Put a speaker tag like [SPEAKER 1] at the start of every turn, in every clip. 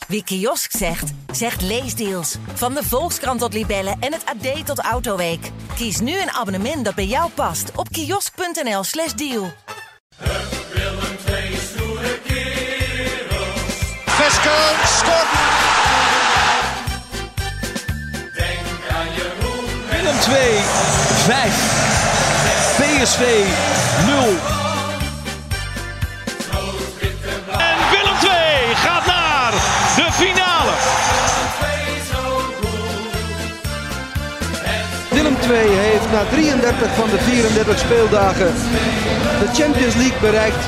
[SPEAKER 1] Wie kiosk zegt, zegt leesdeals. Van de Volkskrant tot Libellen en het AD tot Autoweek. Kies nu een abonnement dat bij jou past op kiosk.nl/deal.
[SPEAKER 2] Willem II stoere kerels.
[SPEAKER 3] Vesco scoort.
[SPEAKER 2] Denk aan Jeroen.
[SPEAKER 4] Willem 2, 5. PSV 0. En Willem 2 gaat naar de finale.
[SPEAKER 5] Willem II heeft na 33 van de 34 speeldagen de Champions League bereikt.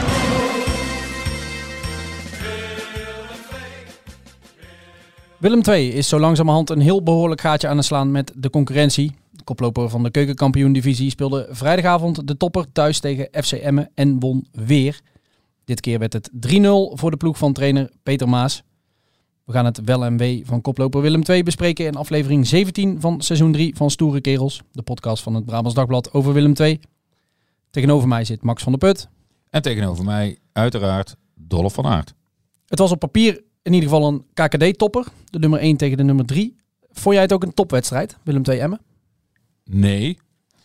[SPEAKER 6] Willem II is zo langzamerhand een heel behoorlijk gaatje aan het slaan met de concurrentie. De koploper van de keukenkampioen-divisie speelde vrijdagavond de topper thuis tegen FC Emmen en won weer. Dit keer werd het 3-0 voor de ploeg van trainer Peter Maas. We gaan het wel en wee van koploper Willem II bespreken in aflevering 17 van seizoen 3 van Stoere Kerels. De podcast van het Brabants Dagblad over Willem II. Tegenover mij zit Max van der Put.
[SPEAKER 7] En tegenover mij uiteraard Dolf van Aert.
[SPEAKER 6] Het was op papier in ieder geval een KKD-topper. De nummer 1 tegen de nummer 3. Vond jij het ook een topwedstrijd, Willem II Emmen?
[SPEAKER 7] Nee.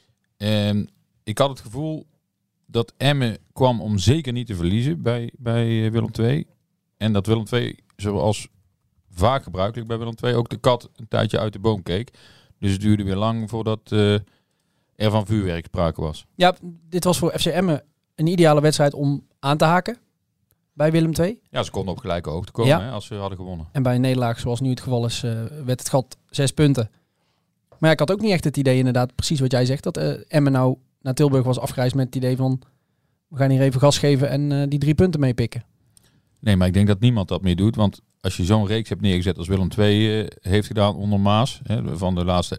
[SPEAKER 7] Ik had het gevoel dat Emmen kwam om zeker niet te verliezen bij Willem II. En dat Willem II, zoals vaak gebruikelijk bij Willem II, ook de kat een tijdje uit de boom keek. Dus het duurde weer lang voordat er van vuurwerk sprake was.
[SPEAKER 6] Ja, dit was voor FC Emmen een ideale wedstrijd om aan te haken bij Willem II.
[SPEAKER 7] Ja, ze konden op gelijke hoogte komen,
[SPEAKER 6] Ja.
[SPEAKER 7] hè, als ze hadden gewonnen.
[SPEAKER 6] En bij een nederlaag, zoals nu het geval is, werd het gat 6 punten. Maar ja, ik had ook niet echt het idee, inderdaad, precies wat jij zegt, dat Emmen nou naar Tilburg was afgereisd met het idee van, we gaan hier even gas geven en die 3 punten meepikken.
[SPEAKER 7] Nee, maar ik denk dat niemand dat meer doet. Want als je zo'n reeks hebt neergezet als Willem II heeft gedaan onder Maas. Hè, van de laatste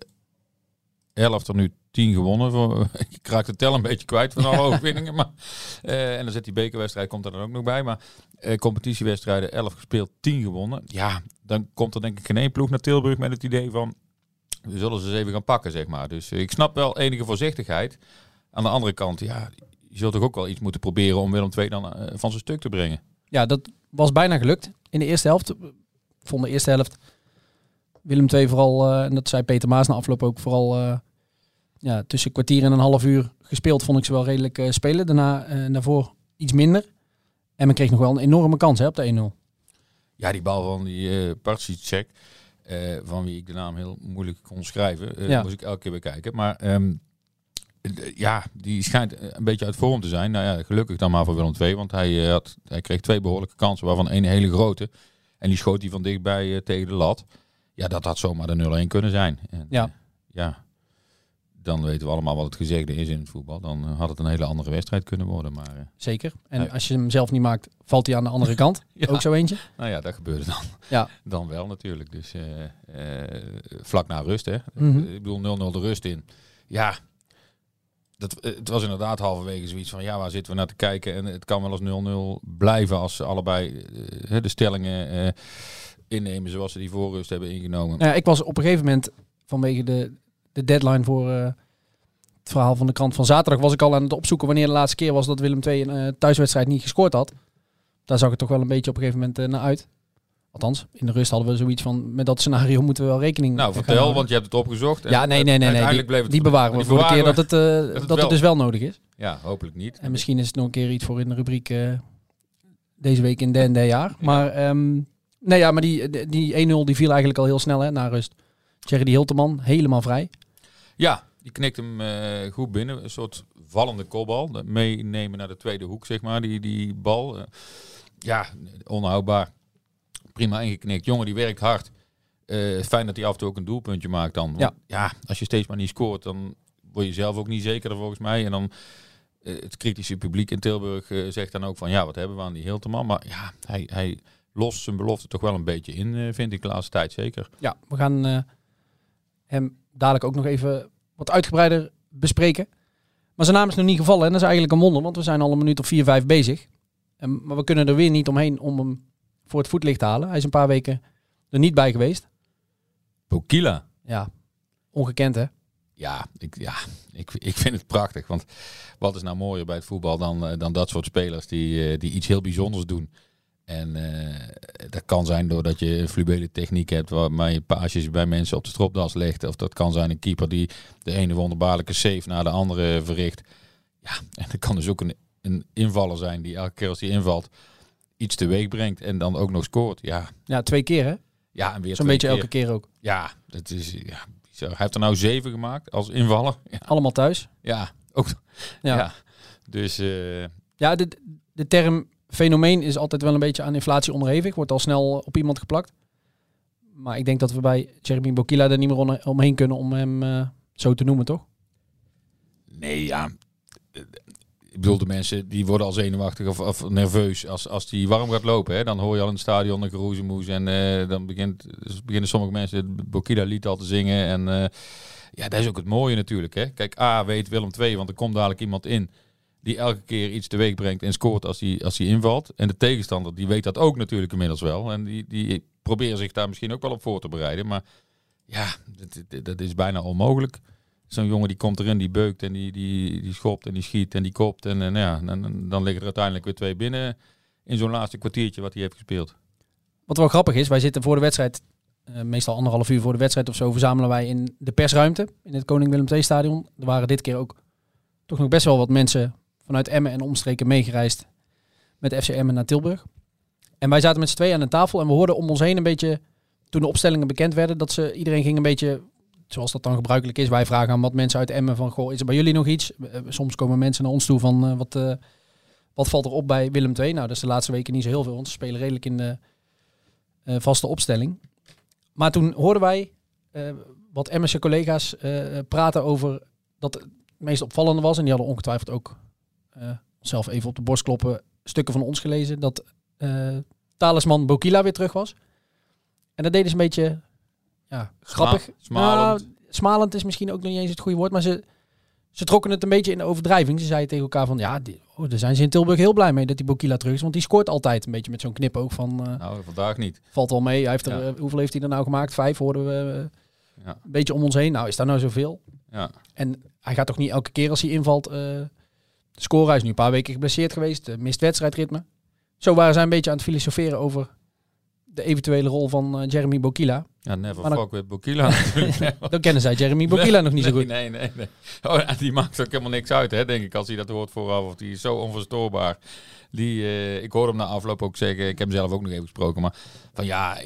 [SPEAKER 7] 11 er nu 10 gewonnen. Ik raak de tel een beetje kwijt van alle overwinningen. Maar, en dan zit die bekerwedstrijd, komt er dan ook nog bij. Maar competitiewedstrijden 11 gespeeld, 10 gewonnen. Ja, dan komt er denk ik geen één ploeg naar Tilburg met het idee van, we zullen ze eens even gaan pakken, zeg maar. Dus ik snap wel enige voorzichtigheid. Aan de andere kant, ja, je zult toch ook wel iets moeten proberen om Willem II dan van zijn stuk te brengen.
[SPEAKER 6] Ja, dat was bijna gelukt in de eerste helft. Ik vond de eerste helft Willem II vooral, en dat zei Peter Maas na afloop ook, vooral tussen een kwartier en een half uur gespeeld vond ik ze wel redelijk spelen. Daarvoor iets minder. En men kreeg nog wel een enorme kans op de 1-0.
[SPEAKER 7] Ja, die bal van die Parcicek, van wie ik de naam heel moeilijk kon schrijven, moest ik elke keer bekijken. Maar die schijnt een beetje uit vorm te zijn. Nou ja, gelukkig dan maar voor Willem II, want hij kreeg 2 behoorlijke kansen, waarvan 1 hele grote. En die schoot hij van dichtbij tegen de lat. Ja, dat had zomaar de 0-1 kunnen zijn. En, dan weten we allemaal wat het gezegde is in het voetbal. Dan had het een hele andere wedstrijd kunnen worden. Maar,
[SPEAKER 6] zeker. En als je hem zelf niet maakt, valt hij aan de andere kant.
[SPEAKER 7] Ja.
[SPEAKER 6] Ook zo eentje.
[SPEAKER 7] Nou ja, dat gebeurde dan.
[SPEAKER 6] Ja.
[SPEAKER 7] Dan wel natuurlijk. Dus vlak na rust, hè.
[SPEAKER 6] Mhm.
[SPEAKER 7] Ik bedoel 0-0 de rust in. Ja, het was inderdaad halverwege zoiets van, ja, waar zitten we naar te kijken? En het kan wel eens 0-0 blijven als ze allebei de stellingen innemen zoals ze die voorrust hebben ingenomen.
[SPEAKER 6] Nou ja, ik was op een gegeven moment, vanwege de deadline voor het verhaal van de krant van zaterdag, was ik al aan het opzoeken wanneer de laatste keer was dat Willem II een thuiswedstrijd niet gescoord had. Daar zag het toch wel een beetje op een gegeven moment naar uit. Althans, in de rust hadden we zoiets van, met dat scenario moeten we wel rekening
[SPEAKER 7] Nou, vertel, want je hebt het opgezocht. En
[SPEAKER 6] ja, nee.
[SPEAKER 7] Uiteindelijk bleef het
[SPEAKER 6] die bewaren we voor de keer dat het dus wel nodig is.
[SPEAKER 7] Ja, hopelijk niet.
[SPEAKER 6] En misschien is het nog een keer iets voor in de rubriek deze week in de jaar. Maar, maar die 1-0 die viel eigenlijk al heel snel na rust. Thierry Hilterman, helemaal vrij.
[SPEAKER 7] Ja, die knikt hem goed binnen. Een soort vallende kopbal. Meenemen naar de tweede hoek, zeg maar, die bal. Onhoudbaar. Prima ingeknikt. Jongen, die werkt hard. Fijn dat hij af en toe ook een doelpuntje maakt dan. Want, als je steeds maar niet scoort, dan word je zelf ook niet zekerder volgens mij. En dan het kritische publiek in Tilburg zegt dan ook van, ja, wat hebben we aan die Hilterman? Maar ja, hij lost zijn belofte toch wel een beetje in, vind ik de laatste tijd zeker.
[SPEAKER 6] Ja, we gaan hem dadelijk ook nog even wat uitgebreider bespreken. Maar zijn naam is nog niet gevallen en dat is eigenlijk een wonder, want we zijn al een minuut of 4-5 bezig. Maar we kunnen er weer niet omheen om hem voor het voetlicht te halen. Hij is een paar weken er niet bij geweest.
[SPEAKER 7] Bokila.
[SPEAKER 6] Ja, ongekend hè?
[SPEAKER 7] Ja, ik vind het prachtig. Want wat is nou mooier bij het voetbal dan dat soort spelers die iets heel bijzonders doen. En dat kan zijn doordat je een fluwele techniek hebt waarmee je paasjes bij mensen op de stropdas legt. Of dat kan zijn een keeper die de ene wonderbaarlijke save naar de andere verricht. Ja, en dat kan dus ook een invaller zijn die elke keer als hij invalt iets teweeg brengt en dan ook nog scoort.
[SPEAKER 6] Ja, 2 keer hè?
[SPEAKER 7] Ja, en weer
[SPEAKER 6] Zo'n beetje elke keer ook.
[SPEAKER 7] Ja, dat is bizar. Hij heeft er nou 7 gemaakt als invaller. Ja.
[SPEAKER 6] Allemaal thuis.
[SPEAKER 7] Ja, ook.
[SPEAKER 6] Ja.
[SPEAKER 7] Ja. Dus
[SPEAKER 6] Ja, de term fenomeen is altijd wel een beetje aan inflatie onderhevig. Wordt al snel op iemand geplakt. Maar ik denk dat we bij Jeremy Bokila er niet meer omheen kunnen om hem zo te noemen, toch?
[SPEAKER 7] nee, ja. Ik bedoel, de mensen die worden al zenuwachtig of nerveus als die warm gaat lopen. Hè? Dan hoor je al in het stadion een geroezemoes. En dan beginnen sommige mensen het Bokila-lied al te zingen. En ja, dat is ook het mooie natuurlijk. Hè? Kijk, weet Willem II, want er komt dadelijk iemand in die elke keer iets teweeg brengt en scoort als hij invalt. En de tegenstander, die weet dat ook natuurlijk inmiddels wel. En die proberen zich daar misschien ook wel op voor te bereiden. Maar ja, dat is bijna onmogelijk. Zo'n jongen die komt erin, die beukt en die schopt en die schiet en die kopt. En dan liggen er uiteindelijk weer 2 binnen in zo'n laatste kwartiertje wat hij heeft gespeeld.
[SPEAKER 6] Wat wel grappig is, wij zitten voor de wedstrijd, meestal 1,5 uur voor de wedstrijd of zo, verzamelen wij in de persruimte in het Koning Willem II stadion. Er waren dit keer ook toch nog best wel wat mensen vanuit Emmen en omstreken meegereisd met FC Emmen naar Tilburg. En wij zaten met z'n 2 aan een tafel en we hoorden om ons heen een beetje, toen de opstellingen bekend werden, dat iedereen ging een beetje, zoals dat dan gebruikelijk is, wij vragen aan wat mensen uit Emmen van, goh, is er bij jullie nog iets? Soms komen mensen naar ons toe van, wat valt er op bij Willem II? Nou, dat is de laatste weken niet zo heel veel, want ze spelen redelijk in de vaste opstelling. Maar toen hoorden wij wat Emmense collega's praten over dat het meest opvallende was, en die hadden ongetwijfeld ook zelf even op de borst kloppen, stukken van ons gelezen, dat talisman Bokila weer terug was. En dat deden ze een beetje grappig.
[SPEAKER 7] Smalend.
[SPEAKER 6] Nou, smalend is misschien ook nog niet eens het goede woord, maar ze trokken het een beetje in de overdrijving. Ze zeiden tegen elkaar van, daar zijn ze in Tilburg heel blij mee dat die Bokila terug is, want die scoort altijd een beetje met zo'n knipoog van...
[SPEAKER 7] nou, vandaag niet.
[SPEAKER 6] Valt wel mee. Hij heeft hoeveel heeft hij er nou gemaakt? 5 hoorden we een beetje om ons heen. Nou, is daar nou zoveel?
[SPEAKER 7] Ja.
[SPEAKER 6] En hij gaat toch niet elke keer als hij invalt scoren. Hij is nu een paar weken geblesseerd geweest. Mist wedstrijdritme. Zo waren zij een beetje aan het filosoferen over de eventuele rol van Jeremy Bokila.
[SPEAKER 7] Ja, never fuck with Bokila natuurlijk.
[SPEAKER 6] Dan kennen zij Jeremy Bokila nog niet zo goed.
[SPEAKER 7] Nee. Oh, die maakt ook helemaal niks uit, hè, denk ik, als hij dat hoort vooraf. Of die is zo onverstoorbaar. Ik hoorde hem na afloop ook zeggen, ik heb hem zelf ook nog even gesproken, maar van ja,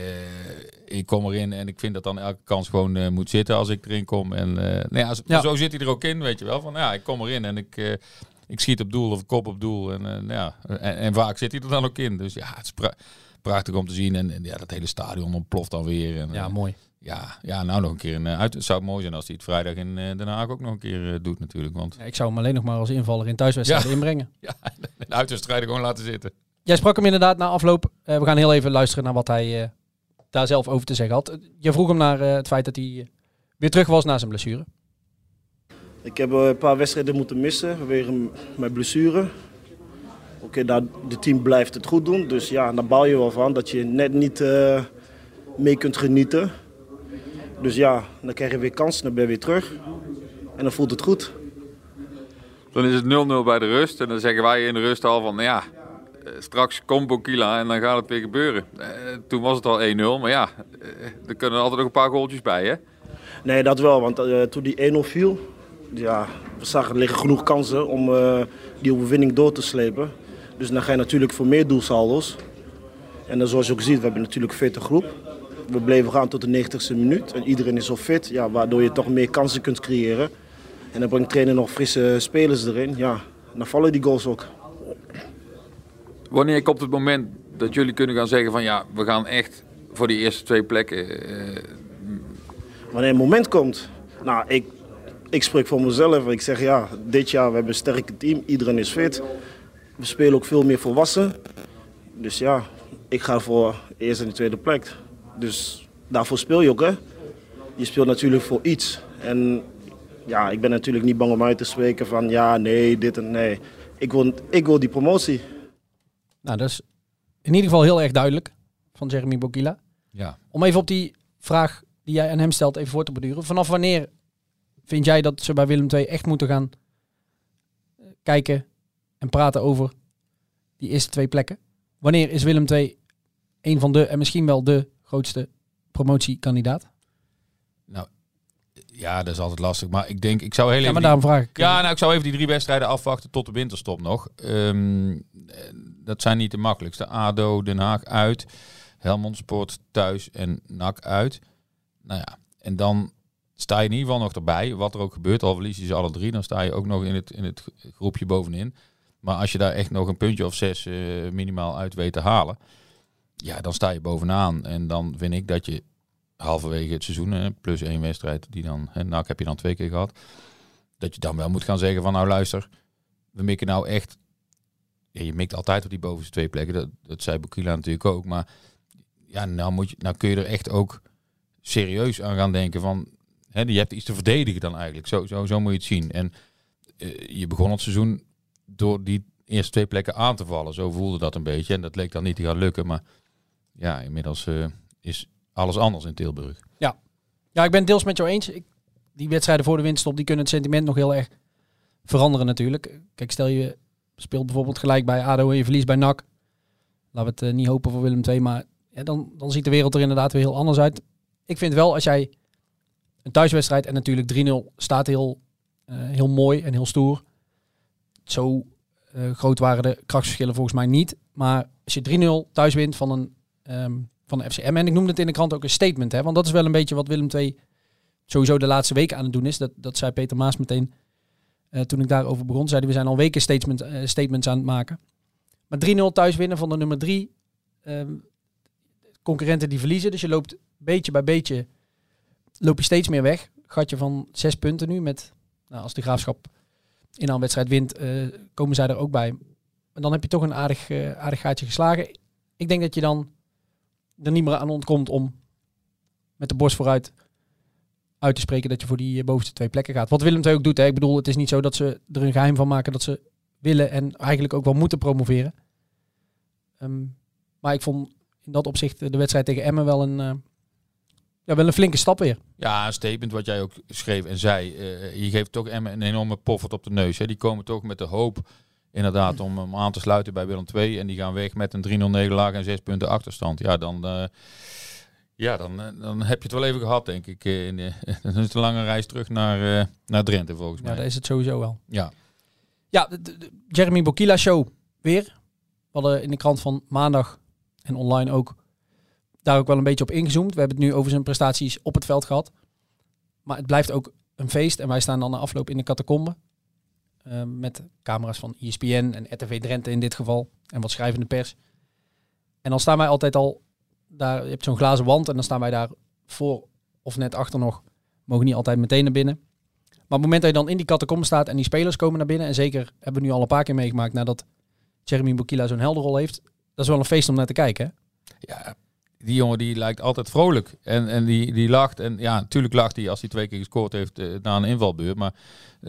[SPEAKER 7] ik kom erin en ik vind dat dan elke kans gewoon moet zitten als ik erin kom. En zo zit hij er ook in, weet je wel. Van ja, ik kom erin en ik schiet op doel of kop op doel. En vaak zit hij er dan ook in. Dus ja, het is prachtig om te zien. En dat hele stadion ontploft dan weer. En,
[SPEAKER 6] ja, mooi.
[SPEAKER 7] Ja, nou nog een keer het zou mooi zijn als hij het vrijdag in Den Haag ook nog een keer doet natuurlijk. Want...
[SPEAKER 6] Ja, ik zou hem alleen nog maar als invaller in thuiswedstrijden inbrengen.
[SPEAKER 7] Ja, in uitwedstrijden gewoon laten zitten.
[SPEAKER 6] Jij sprak hem inderdaad na afloop. We gaan heel even luisteren naar wat hij daar zelf over te zeggen had. Je vroeg hem naar het feit dat hij weer terug was na zijn blessure.
[SPEAKER 8] Ik heb een paar wedstrijden moeten missen vanwege mijn blessure. Oké, de team blijft het goed doen. Dus ja, daar baal je wel van dat je net niet mee kunt genieten. Dus ja, dan krijg je weer kans, dan ben je weer terug. En dan voelt het goed.
[SPEAKER 9] Dan is het 0-0 bij de rust. En dan zeggen wij in de rust al van, straks komt Bokila en dan gaat het weer gebeuren. Toen was het al 1-0, maar ja, er kunnen altijd ook een paar goaltjes bij, hè?
[SPEAKER 8] Nee, dat wel, want toen die 1-0 viel, ja, we zagen er liggen genoeg kansen om die overwinning door te slepen. Dus dan ga je natuurlijk voor meer doelsaldo's. En dan zoals je ook ziet, we hebben natuurlijk een fitte groep. We bleven gaan tot de 90ste minuut en iedereen is zo fit, ja, waardoor je toch meer kansen kunt creëren. En dan brengt trainer nog frisse spelers erin, ja, dan vallen die goals ook.
[SPEAKER 9] Wanneer komt het moment dat jullie kunnen gaan zeggen van ja, we gaan echt voor die eerste 2 plekken?
[SPEAKER 8] Wanneer een moment komt, nou, ik spreek voor mezelf. Ik zeg ja, dit jaar we hebben een sterke team, iedereen is fit. We spelen ook veel meer volwassen. Dus ja, ik ga voor de eerste en de tweede plek. Dus daarvoor speel je ook, hè. Je speelt natuurlijk voor iets. En ja, ik ben natuurlijk niet bang om uit te spreken van ja, nee, dit en nee. Ik wil die promotie.
[SPEAKER 6] Nou, dat is in ieder geval heel erg duidelijk van Jeremy Bokila.
[SPEAKER 7] Ja.
[SPEAKER 6] Om even op die vraag die jij aan hem stelt even voor te beduren. Vanaf wanneer vind jij dat ze bij Willem II echt moeten gaan kijken en praten over die eerste 2 plekken? Wanneer is Willem II een van de en misschien wel de grootste promotiekandidaat?
[SPEAKER 7] Nou, ja, dat is altijd lastig. Maar ik denk, ik zou heel even...
[SPEAKER 6] maar daarom vraag ik.
[SPEAKER 7] Ik zou even die 3 wedstrijden afwachten tot de winterstop nog. Dat zijn niet de makkelijkste. ADO, Den Haag uit, Helmond Sport thuis en NAC uit. Nou ja, en dan sta je in ieder geval nog erbij. Wat er ook gebeurt, al verlies je ze alle 3, dan sta je ook nog in het groepje bovenin. Maar als je daar echt nog een puntje of 6 minimaal uit weet te halen, ja, dan sta je bovenaan. En dan vind ik dat je halverwege het seizoen, plus 1 wedstrijd, die dan, NAC heb je dan 2 keer gehad, dat je dan wel moet gaan zeggen van nou luister, we mikken nou echt, ja, je mikt altijd op die bovenste 2 plekken, dat zei Bokila natuurlijk ook, maar ja, nou kun je er echt ook serieus aan gaan denken van, je hebt iets te verdedigen dan eigenlijk, zo moet je het zien. En je begon het seizoen door die eerste 2 plekken aan te vallen, zo voelde dat een beetje, en dat leek dan niet te gaan lukken, maar ja, inmiddels is alles anders in Tilburg.
[SPEAKER 6] Ja, ik ben het deels met jou eens. Die wedstrijden voor de winterstop, die kunnen het sentiment nog heel erg veranderen natuurlijk. Kijk, stel je speelt bijvoorbeeld gelijk bij ADO en je verliest bij NAC. Laten we het niet hopen voor Willem II, maar ja, dan ziet de wereld er inderdaad weer heel anders uit. Ik vind wel, als jij een thuiswedstrijd en natuurlijk 3-0 staat heel mooi en heel stoer. Zo groot waren de krachtsverschillen volgens mij niet. Maar als je 3-0 thuis wint van de FCM, en ik noemde het in de krant ook een statement, hè, want dat is wel een beetje wat Willem II sowieso de laatste weken aan het doen is. Dat zei Peter Maas meteen toen ik daarover begon. Zeiden we zijn al weken statements aan het maken. Maar 3-0 thuis winnen van de nummer 3 concurrenten die verliezen. Dus je loopt beetje bij beetje loop je steeds meer weg. Gatje van 6 punten nu met, nou, als de Graafschap in een wedstrijd wint, komen zij er ook bij. En dan heb je toch een aardig gaatje geslagen. Ik denk dat je dan er niet meer aan ontkomt om met de borst vooruit uit te spreken dat je voor die bovenste 2 plekken gaat. Wat Willem II ook doet. Hè. Ik bedoel, het is niet zo dat ze er een geheim van maken dat ze willen en eigenlijk ook wel moeten promoveren. Maar ik vond in dat opzicht de wedstrijd tegen Emmen wel een flinke stap weer. Ja,
[SPEAKER 7] een statement wat jij ook schreef en zei. Je geeft toch Emmen een enorme poffert op de neus. Hè. Die komen toch met de hoop inderdaad om aan te sluiten bij Willem II. En die gaan weg met een 3-0 nederlaag en 6 punten achterstand. Ja, dan heb je het wel even gehad, denk ik. Dan is het een lange reis terug naar Drenthe, volgens mij.
[SPEAKER 6] Ja, dat is het sowieso wel.
[SPEAKER 7] Ja,
[SPEAKER 6] de Jeremy Bokila show weer. We hadden in de krant van maandag en online ook daar ook wel een beetje op ingezoomd. We hebben het nu over zijn prestaties op het veld gehad. Maar het blijft ook een feest. En wij staan dan na afloop in de catacombe. Met camera's van ESPN en RTV Drenthe in dit geval. En wat schrijvende pers. En dan staan wij altijd al daar. Je hebt zo'n glazen wand en dan staan wij daar voor of net achter nog. Mogen niet altijd meteen naar binnen. Maar op het moment dat je dan in die catacombe staat en die spelers komen naar binnen. En zeker hebben we nu al een paar keer meegemaakt nadat Jeremy Bokila zo'n helderrol heeft. Dat is wel een feest om naar te kijken, hè?
[SPEAKER 7] Ja, die jongen die lijkt altijd vrolijk. En die lacht. En ja, natuurlijk lacht hij als hij 2 keer gescoord heeft na een invalbeurt. Maar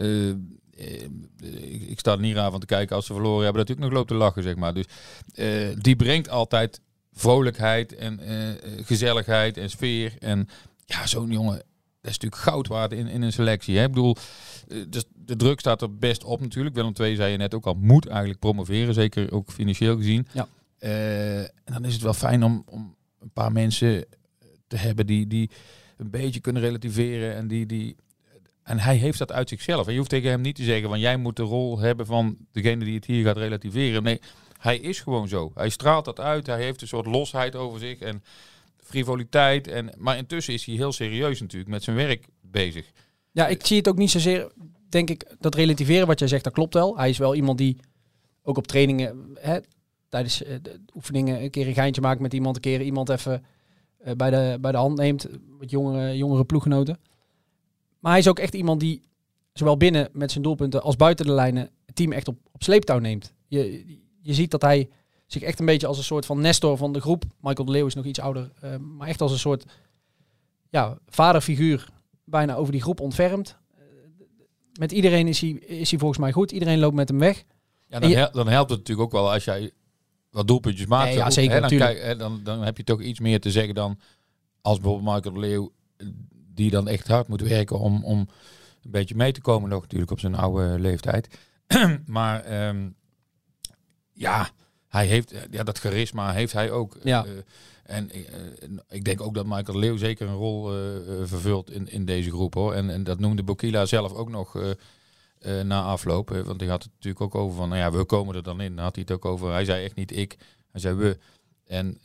[SPEAKER 7] ik sta er niet raar van te kijken als ze verloren hebben. Dat natuurlijk nog loopt te lachen, zeg maar. Dus die brengt altijd vrolijkheid en gezelligheid en sfeer. En ja, zo'n jongen, dat is natuurlijk goud waard in een selectie. Hè? Ik bedoel, dus de druk staat er best op natuurlijk. Willem II, zei je net ook al, moet eigenlijk promoveren. Zeker ook financieel gezien.
[SPEAKER 6] Ja.
[SPEAKER 7] En dan is het wel fijn om een paar mensen te hebben die een beetje kunnen relativeren. En hij heeft dat uit zichzelf. En je hoeft tegen hem niet te zeggen van jij moet de rol hebben van degene die het hier gaat relativeren. Nee, hij is gewoon zo. Hij straalt dat uit. Hij heeft een soort losheid over zich en frivoliteit. Maar intussen is hij heel serieus natuurlijk met zijn werk bezig.
[SPEAKER 6] Ja, ik zie het ook niet zozeer, denk ik, dat relativeren wat jij zegt, dat klopt wel. Hij is wel iemand die ook op trainingen, tijdens de oefeningen een keer een geintje maakt met iemand, een keer iemand even bij de hand neemt, met jongere ploeggenoten. Maar hij is ook echt iemand die zowel binnen met zijn doelpunten als buiten de lijnen het team echt op sleeptouw neemt. Je ziet dat hij zich echt een beetje als een soort van Nestor van de groep, Michael de Leeuw is nog iets ouder, maar echt als een soort vaderfiguur bijna over die groep ontfermt. Met iedereen is hij volgens mij goed. Iedereen loopt met hem weg.
[SPEAKER 7] Ja, dan helpt het natuurlijk ook wel als jij wat doelpuntjes maakt.
[SPEAKER 6] Ja, zeker,
[SPEAKER 7] dan heb je toch iets meer te zeggen dan als bijvoorbeeld Michael de Leeuw, die dan echt hard moet werken om een beetje mee te komen nog natuurlijk op zijn oude leeftijd. Maar hij heeft dat charisma heeft hij ook.
[SPEAKER 6] Ja.
[SPEAKER 7] En ik denk ook dat Michael de Leeuw zeker een rol vervult in deze groep, hoor. En dat noemde Bokila zelf ook nog na afloop. Want hij had het natuurlijk ook over van, we komen er dan in. Dan had hij het ook over, hij zei echt niet ik, hij zei we. En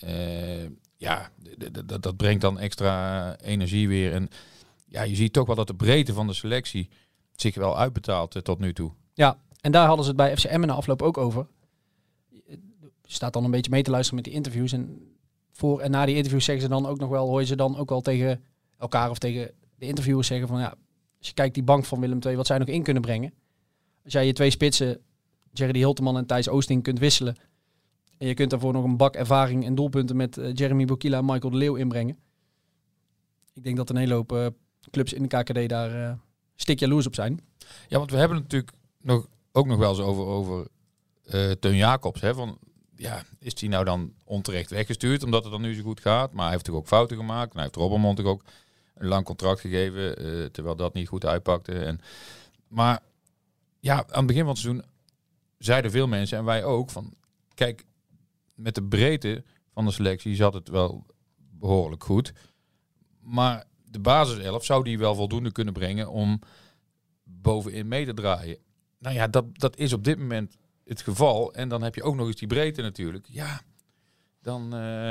[SPEAKER 7] dat brengt dan extra energie weer. En ja, je ziet toch wel dat de breedte van de selectie zich wel uitbetaalt tot nu toe.
[SPEAKER 6] Ja, en daar hadden ze het bij FC Emmen na afloop ook over. Je staat dan een beetje mee te luisteren met die interviews. En voor en na die interviews zeggen ze dan ook nog wel, hoor je ze dan ook wel tegen elkaar of tegen de interviewers zeggen van, ja, als je kijkt die bank van Willem II, wat zij nog in kunnen brengen. Als jij je 2 spitsen, Jerry Hilteman en Thijs Oosting, kunt wisselen. En je kunt daarvoor nog een bak ervaring en doelpunten met Jeremy Bokila en Michael de Leeuw inbrengen. Ik denk dat een hele hoop clubs in de KKD daar stik jaloers op zijn.
[SPEAKER 7] Ja, want we hebben het natuurlijk ook nog wel eens over Teun Jacobs. Hè, van, ja, is hij nou dan onterecht weggestuurd omdat het dan nu zo goed gaat? Maar hij heeft natuurlijk ook fouten gemaakt. En hij heeft Robbermond natuurlijk ook een lang contract gegeven, terwijl dat niet goed uitpakte. Maar ja, aan het begin van het seizoen zeiden veel mensen, en wij ook, van kijk, met de breedte van de selectie zat het wel behoorlijk goed. Maar de basiself zou die wel voldoende kunnen brengen om bovenin mee te draaien. Nou ja, dat is op dit moment het geval. En dan heb je ook nog eens die breedte natuurlijk. Ja, dan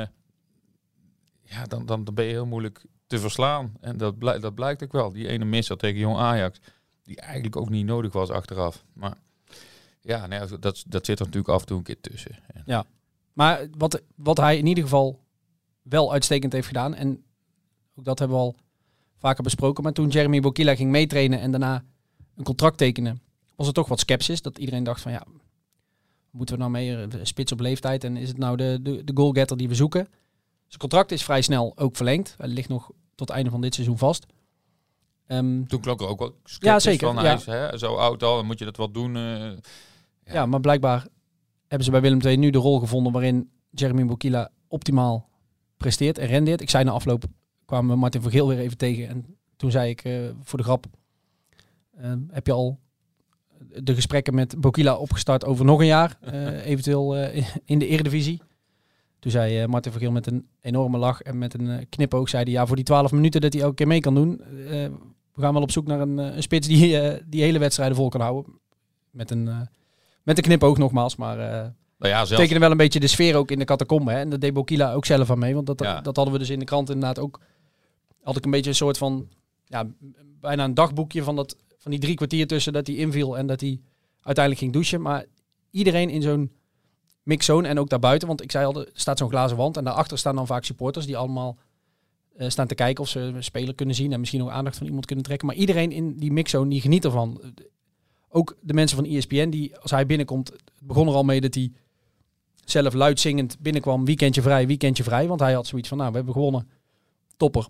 [SPEAKER 7] ben je heel moeilijk te verslaan. En dat blijkt ook wel. Die ene misser tegen Jong Ajax, die eigenlijk ook niet nodig was achteraf. Maar ja, nee, dat zit er natuurlijk af en toe een keer tussen.
[SPEAKER 6] Ja, maar wat hij in ieder geval wel uitstekend heeft gedaan, en ook dat hebben we al vaker besproken, maar toen Jeremy Bokila ging meetrainen en daarna een contract tekenen, was er toch wat sceptisch. Dat iedereen dacht van, ja, moeten we nou mee, spits op leeftijd, en is het nou de goalgetter die we zoeken? Zijn contract is vrij snel ook verlengd. Hij ligt nog tot het einde van dit seizoen vast.
[SPEAKER 7] Toen klonk er ook wel sceptisch
[SPEAKER 6] ja, zeker,
[SPEAKER 7] van, hij is zo oud al, en moet je dat wel doen?
[SPEAKER 6] Ja, maar blijkbaar hebben ze bij Willem II nu de rol gevonden waarin Jeremy Bokila optimaal presteert en rendeert. Ik zei na afloop, kwamen we Martin van Geel weer even tegen. En toen zei ik voor de grap, heb je al de gesprekken met Bokila opgestart over nog een jaar, eventueel in de Eredivisie? Toen zei Martin van Geel met een enorme lach en met een knipoog, zei hij, ja, voor die 12 minuten dat hij elke keer mee kan doen, we gaan wel op zoek naar een spits die hele wedstrijden vol kan houden. Met een knipoog nogmaals, maar tekenen wel een beetje de sfeer ook in de catacombe. Hè? En dat deed Bokila ook zelf aan mee, want dat hadden we dus in de krant inderdaad ook. Had ik een beetje een soort van, ja, bijna een dagboekje van die 3 kwartier tussen dat hij inviel en dat hij uiteindelijk ging douchen. Maar iedereen in zo'n mixzone en ook daarbuiten, want ik zei al, er staat zo'n glazen wand en daarachter staan dan vaak supporters die allemaal staan te kijken of ze een speler kunnen zien en misschien ook aandacht van iemand kunnen trekken. Maar iedereen in die mixzone die geniet ervan. Ook de mensen van ESPN, die als hij binnenkomt, het begon er al mee dat hij zelf luid zingend binnenkwam, weekendje vrij. Want hij had zoiets van, nou, we hebben gewonnen, topper.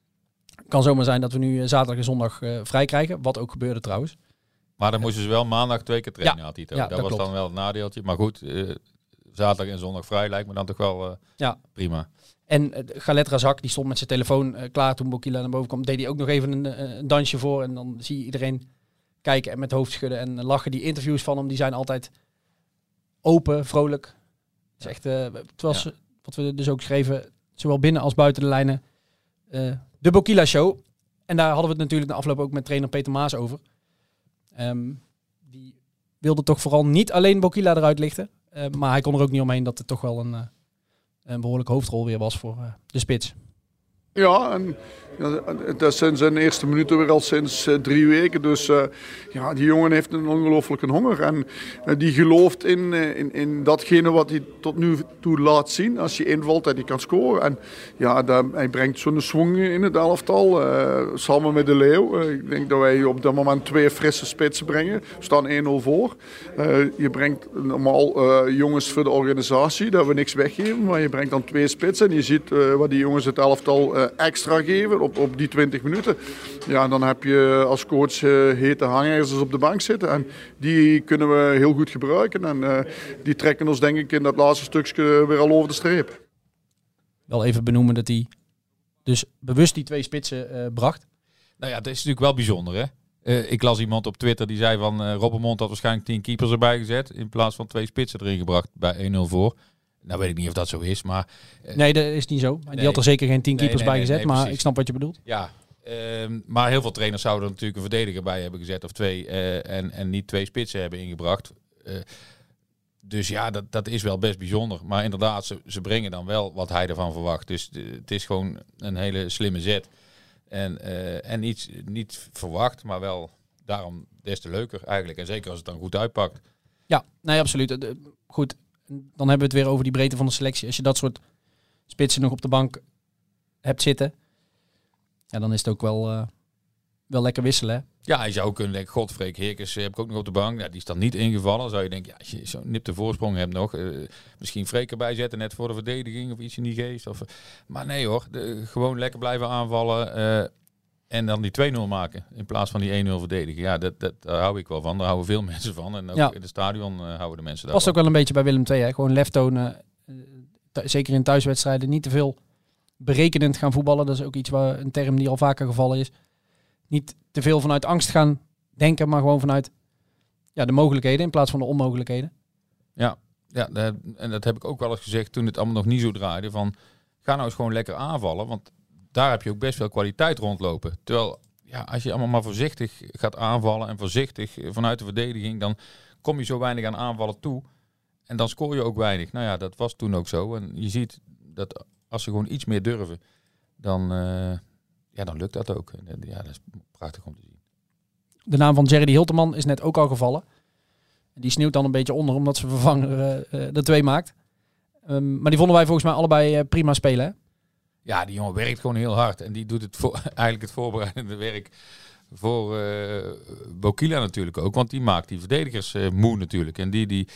[SPEAKER 6] Kan zomaar zijn dat we nu zaterdag en zondag vrij krijgen, wat ook gebeurde trouwens.
[SPEAKER 7] Maar dan moesten ze wel maandag 2 keer trainen, had hij het ook.
[SPEAKER 6] Ja,
[SPEAKER 7] dat was
[SPEAKER 6] klopt.
[SPEAKER 7] dan wel het nadeeltje. Maar goed, zaterdag en zondag vrij lijkt me dan toch wel prima.
[SPEAKER 6] En Galet Razak, die stond met zijn telefoon klaar toen Bokila naar boven kwam. Deed hij ook nog even een dansje voor. En dan zie je iedereen kijken en met hoofd schudden en lachen. Die interviews van hem, die zijn altijd open, vrolijk. Het is echt, het was, wat we dus ook schreven, zowel binnen als buiten de lijnen, de Bokila Show. En daar hadden we het natuurlijk na afloop ook met trainer Peter Maas over. Die wilde toch vooral niet alleen Bokila eruit lichten. Maar hij kon er ook niet omheen dat het toch wel een behoorlijke hoofdrol weer was voor de spits.
[SPEAKER 10] Ja, en dat is sinds zijn eerste minuten weer al sinds 3 weken. Dus die jongen heeft een ongelooflijke honger. En die gelooft in datgene wat hij tot nu toe laat zien. Als hij invalt, dat hij kan scoren. En ja, hij brengt zo'n swing in het elftal. Samen met de Leeuw. Ik denk dat wij op dat moment 2 frisse spitsen brengen. We staan 1-0 voor. Je brengt normaal jongens voor de organisatie. Dat we niks weggeven. Maar je brengt dan 2 spitsen. En je ziet wat die jongens het elftal extra geven op die 20 minuten. Ja, dan heb je als coach hete hangijzers op de bank zitten. En die kunnen we heel goed gebruiken. En die trekken ons denk ik in dat laatste stukje weer al over de streep.
[SPEAKER 6] Wel even benoemen dat hij dus bewust die 2 spitsen bracht.
[SPEAKER 7] Nou ja, dat is natuurlijk wel bijzonder, hè? Ik las iemand op Twitter die zei van Robbenmond had waarschijnlijk 10 keepers erbij gezet in plaats van 2 spitsen erin gebracht bij 1-0 voor. Nou weet ik niet of dat zo is, maar...
[SPEAKER 6] nee, dat is niet zo. Die had er zeker geen 10 keepers bij gezet, maar
[SPEAKER 7] precies.
[SPEAKER 6] ik snap wat je bedoelt.
[SPEAKER 7] Ja, maar heel veel trainers zouden er natuurlijk een verdediger bij hebben gezet of 2 en niet 2 spitsen hebben ingebracht. Dus ja, dat is wel best bijzonder. Maar inderdaad, ze brengen dan wel wat hij ervan verwacht. Dus het is gewoon een hele slimme zet. En niet verwacht, maar wel daarom des te leuker eigenlijk. En zeker als het dan goed uitpakt.
[SPEAKER 6] Ja, nee, absoluut. Goed, dan hebben we het weer over die breedte van de selectie. Als je dat soort spitsen nog op de bank hebt zitten, ja, dan is het ook wel lekker wisselen. Hè?
[SPEAKER 7] Ja, je zou ook kunnen denken, Godfreek Heerkens heb ik ook nog op de bank. Ja, die is dan niet ingevallen. Dan zou je denken, ja, als je zo'n nipte voorsprong hebt nog, misschien Freek erbij zetten net voor de verdediging of iets in die geest. Maar nee hoor, gewoon lekker blijven aanvallen en dan die 2-0 maken in plaats van die 1-0 verdedigen. Ja, daar hou ik wel van. Daar houden veel mensen van. En ook in het stadion houden de mensen daar
[SPEAKER 6] past ook wel een beetje bij Willem II. Hè? Gewoon lef tonen, zeker in thuiswedstrijden, niet te veel berekenend gaan voetballen. Dat is ook iets waar een term die al vaker gevallen is. Niet te veel vanuit angst gaan denken, maar gewoon vanuit de mogelijkheden in plaats van de onmogelijkheden.
[SPEAKER 7] Ja, en dat heb ik ook wel eens gezegd toen het allemaal nog niet zo draaide. Van, ga nou eens gewoon lekker aanvallen, want daar heb je ook best veel kwaliteit rondlopen. Terwijl, ja, als je allemaal maar voorzichtig gaat aanvallen en voorzichtig vanuit de verdediging, dan kom je zo weinig aan aanvallen toe. En dan scoor je ook weinig. Nou ja, dat was toen ook zo. En je ziet dat als ze gewoon iets meer durven, dan lukt dat ook. Ja, dat is prachtig om te zien.
[SPEAKER 6] De naam van Jerry Hilterman is net ook al gevallen. Die sneeuwt dan een beetje onder, omdat zijn vervanger er 2 maakt. Maar die vonden wij volgens mij allebei prima spelen, hè?
[SPEAKER 7] Ja, die jongen werkt gewoon heel hard. En die doet eigenlijk het voorbereidende werk voor Bokila natuurlijk ook. Want die maakt die verdedigers moe natuurlijk. En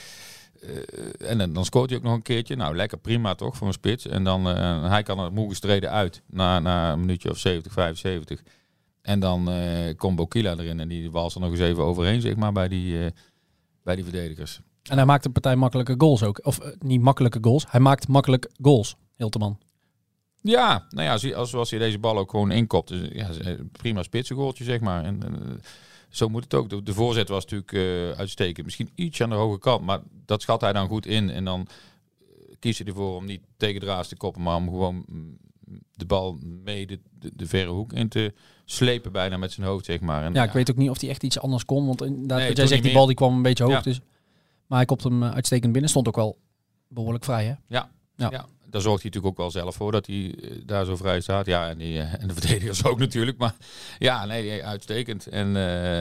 [SPEAKER 7] en dan scoort hij ook nog een keertje. Nou, lekker prima toch voor een spits. En dan hij kan er moe gestreden uit na een minuutje of 70, 75. En dan komt Bokila erin en die wals er nog eens even overheen, zeg maar, bij die verdedigers.
[SPEAKER 6] En hij maakt een partij makkelijke goals ook. Of niet makkelijke goals, hij maakt makkelijk goals, Hilterman.
[SPEAKER 7] Ja, nou ja, zoals je deze bal ook gewoon inkopt. Dus, ja, prima spitsengoaltje, zeg maar. En zo moet het ook. De voorzet was natuurlijk uitstekend. Misschien iets aan de hoge kant, maar dat schat hij dan goed in. En dan kiest hij ervoor om niet tegen Draas te koppen, maar om gewoon de bal mee de verre hoek in te slepen bijna met zijn hoofd, zeg maar. En,
[SPEAKER 6] ik weet ook niet of hij echt iets anders kon. Want wat jij zegt, die bal die kwam een beetje hoog. Ja. Dus, maar hij kopt hem uitstekend binnen. Stond ook wel behoorlijk vrij, hè?
[SPEAKER 7] Ja. Daar zorgt hij natuurlijk ook wel zelf voor dat hij daar zo vrij staat. Ja, en de verdedigers ook natuurlijk. Maar ja, nee, uitstekend. En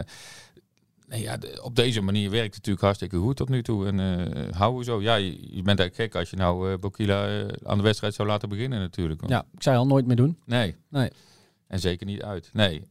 [SPEAKER 7] op deze manier werkt het natuurlijk hartstikke goed tot nu toe. En houden we zo. Ja, je bent eigenlijk gek als je nou Bokila aan de wedstrijd zou laten beginnen natuurlijk. Want...
[SPEAKER 6] Ja, ik zou al nooit meer doen.
[SPEAKER 7] Nee. En zeker niet uit. Nee.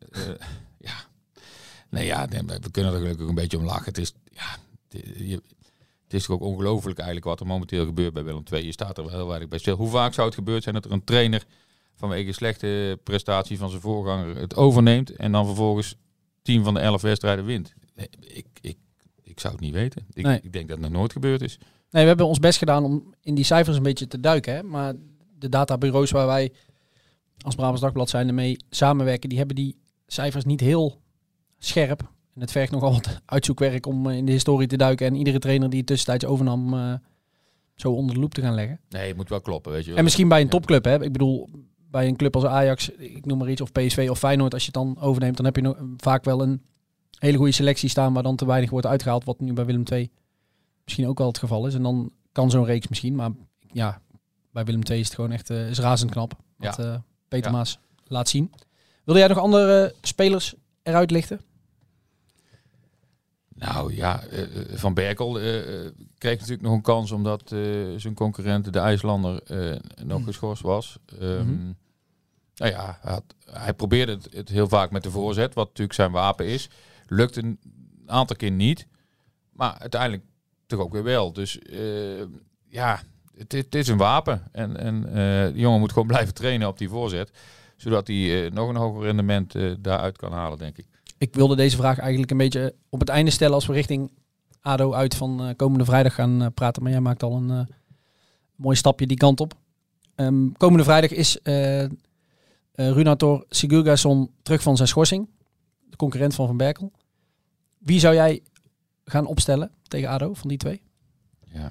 [SPEAKER 7] We kunnen er gelukkig een beetje om lachen. Het is... Het is toch ook ongelooflijk eigenlijk wat er momenteel gebeurt bij Willem II. Je staat er wel heel weinig bij stil. Hoe vaak zou het gebeurd zijn dat er een trainer vanwege een slechte prestatie van zijn voorganger het overneemt en dan vervolgens 10 van de 11 wedstrijden wint? Ik zou het niet weten. Ik denk dat het nog nooit gebeurd is.
[SPEAKER 6] Nee, we hebben ons best gedaan om in die cijfers een beetje te duiken. Hè? Maar de databureaus waar wij als Brabants Dagblad zijn ermee samenwerken, die hebben die cijfers niet heel scherp. En het vergt nogal wat uitzoekwerk om in de historie te duiken en iedere trainer die het tussentijds overnam zo onder de loep te gaan leggen.
[SPEAKER 7] Nee, het moet wel kloppen, weet je wel.
[SPEAKER 6] En misschien bij een topclub, hè. Ik bedoel, bij een club als Ajax, ik noem maar iets, of PSV of Feyenoord, als je het dan overneemt, dan heb je vaak wel een hele goede selectie staan waar dan te weinig wordt uitgehaald, wat nu bij Willem II misschien ook wel het geval is. En dan kan zo'n reeks misschien, maar ja, bij Willem II is het gewoon echt is razend knap wat Peter Maas laat zien. Wilde jij nog andere spelers eruit lichten?
[SPEAKER 7] Nou ja, Van Berkel kreeg natuurlijk nog een kans omdat zijn concurrent, de IJslander, nog geschorst was. Nou ja, hij probeerde het heel vaak met de voorzet, wat natuurlijk zijn wapen is. Lukte een aantal keer niet, maar uiteindelijk toch ook weer wel. Dus het is een wapen. En de jongen moet gewoon blijven trainen op die voorzet, zodat hij nog een hoger rendement daaruit kan halen, denk ik.
[SPEAKER 6] Ik wilde deze vraag eigenlijk een beetje op het einde stellen als we richting ADO uit van komende vrijdag gaan praten. Maar jij maakt al een mooi stapje die kant op. Komende vrijdag is Runator Sigurgeirsson terug van zijn schorsing. de concurrent van Berkel. Wie zou jij gaan opstellen tegen ADO van die twee?
[SPEAKER 7] Ja.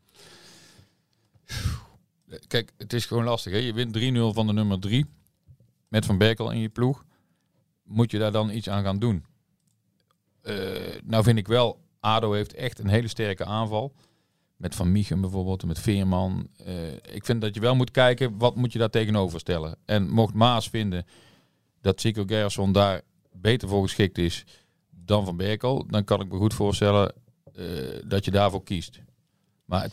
[SPEAKER 7] Kijk, het is gewoon lastig. Hè? Je wint 3-0 van de nummer 3 met Van Berkel in je ploeg. Moet je daar dan iets aan gaan doen? Nou vind ik wel, ADO heeft echt een hele sterke aanval. Met Van Miechem bijvoorbeeld, met Veerman. Ik vind dat je wel moet kijken, wat moet je daar tegenover stellen? En mocht Maas vinden dat Sigurd Gerson daar beter voor geschikt is dan Van Berkel, dan kan ik me goed voorstellen dat je daarvoor kiest. Maar